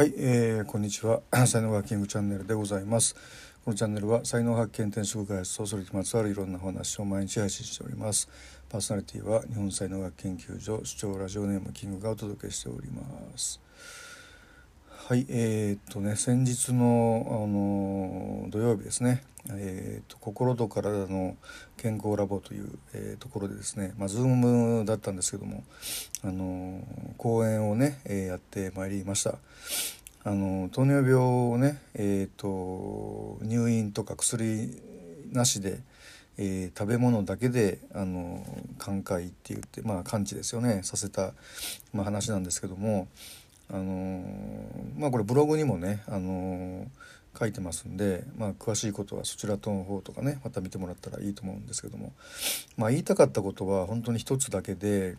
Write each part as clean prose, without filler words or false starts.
はい、こんにちは。才能ハッキングチャンネルでございます。このチャンネルは才能発見、転職開発とそれにまつわるいろんな話を毎日配信しております。パーソナリティは日本才能学研究所主張ラジオネームキングがお届けしております。はい、先日の、土曜日ですね、心と体の健康ラボという、ところでですね、ズームだったんですけども、講演をね、やってまいりました。糖尿病をね、入院とか薬なしで、食べ物だけで寛解って言って、完治ですよね、させた、話なんですけども、これブログにもね、書いてますんで、詳しいことはそちらの方とかね、また見てもらったらいいと思うんですけども、言いたかったことは本当に一つだけで、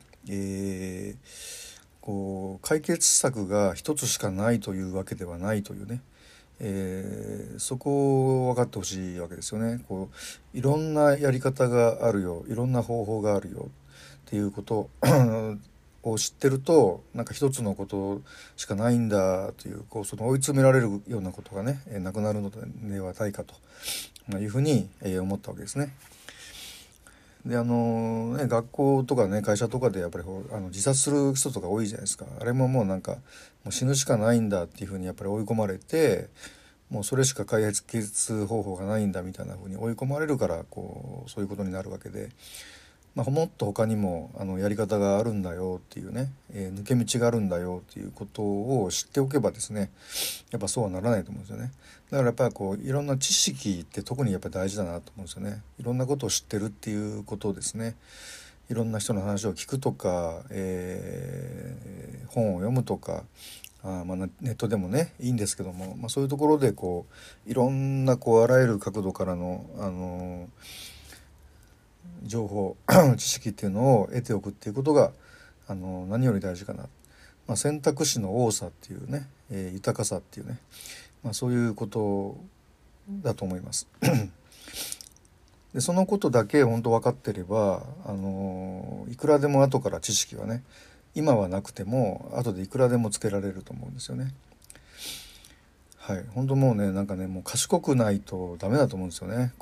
解決策が一つしかないというわけではないというね、そこを分かってほしいわけですよね。いろんなやり方があるよ、いろんな方法があるよっていうことを知ってると、なんか一つのことしかないんだという、その追い詰められるようなことがね、なくなるのではないかというふうに思ったわけですね。で学校とかね、会社とかでやっぱり自殺する人とか多いじゃないですか。あれももうなんかもう死ぬしかないんだっていうふうにやっぱり追い込まれて、もうそれしか解決方法がないんだみたいなふうに追い込まれるから、そういうことになるわけで、もっと他にもやり方があるんだよっていうね、抜け道があるんだよっていうことを知っておけばですね、やっぱそうはならないと思うんですよね。だからやっぱりいろんな知識って特にやっぱり大事だなと思うんですよね。いろんなことを知ってるっていうことをですね、いろんな人の話を聞くとか、本を読むとか、ネットでもねいいんですけども、そういうところでいろんなあらゆる角度からの、情報知識っていうのを得ておくっていうことが何より大事かな、選択肢の多さっていうね、豊かさっていうね、そういうことだと思いますでそのことだけ本当分かってればいくらでも後から知識はね、今はなくても後でいくらでもつけられると思うんですよね。はい、本当もうね、なんかね、もう賢くないとダメだと思うんですよね。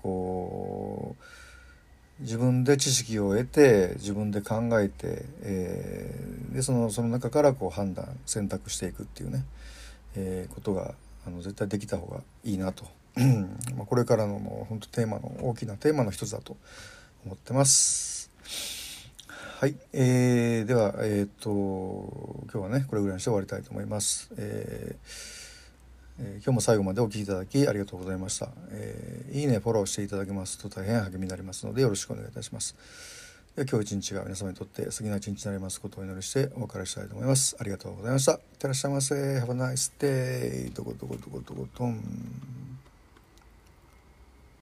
自分で知識を得て自分で考えて、でその中から判断選択していくっていうね、ことが絶対できた方がいいなとこれからのもう本当大きなテーマの一つだと思ってます。はい、では今日はねこれぐらいにして終わりたいと思います。今日も最後までお聞きいただきありがとうございました。いいねフォローしていただけますと大変励みになりますのでよろしくお願いいたします。では今日一日が皆様にとって素敵な一日になりますことをお祈りしてお別れしたいと思います。ありがとうございました。いってらっしゃいませ。Have a nice day。どこどこどこどこどん。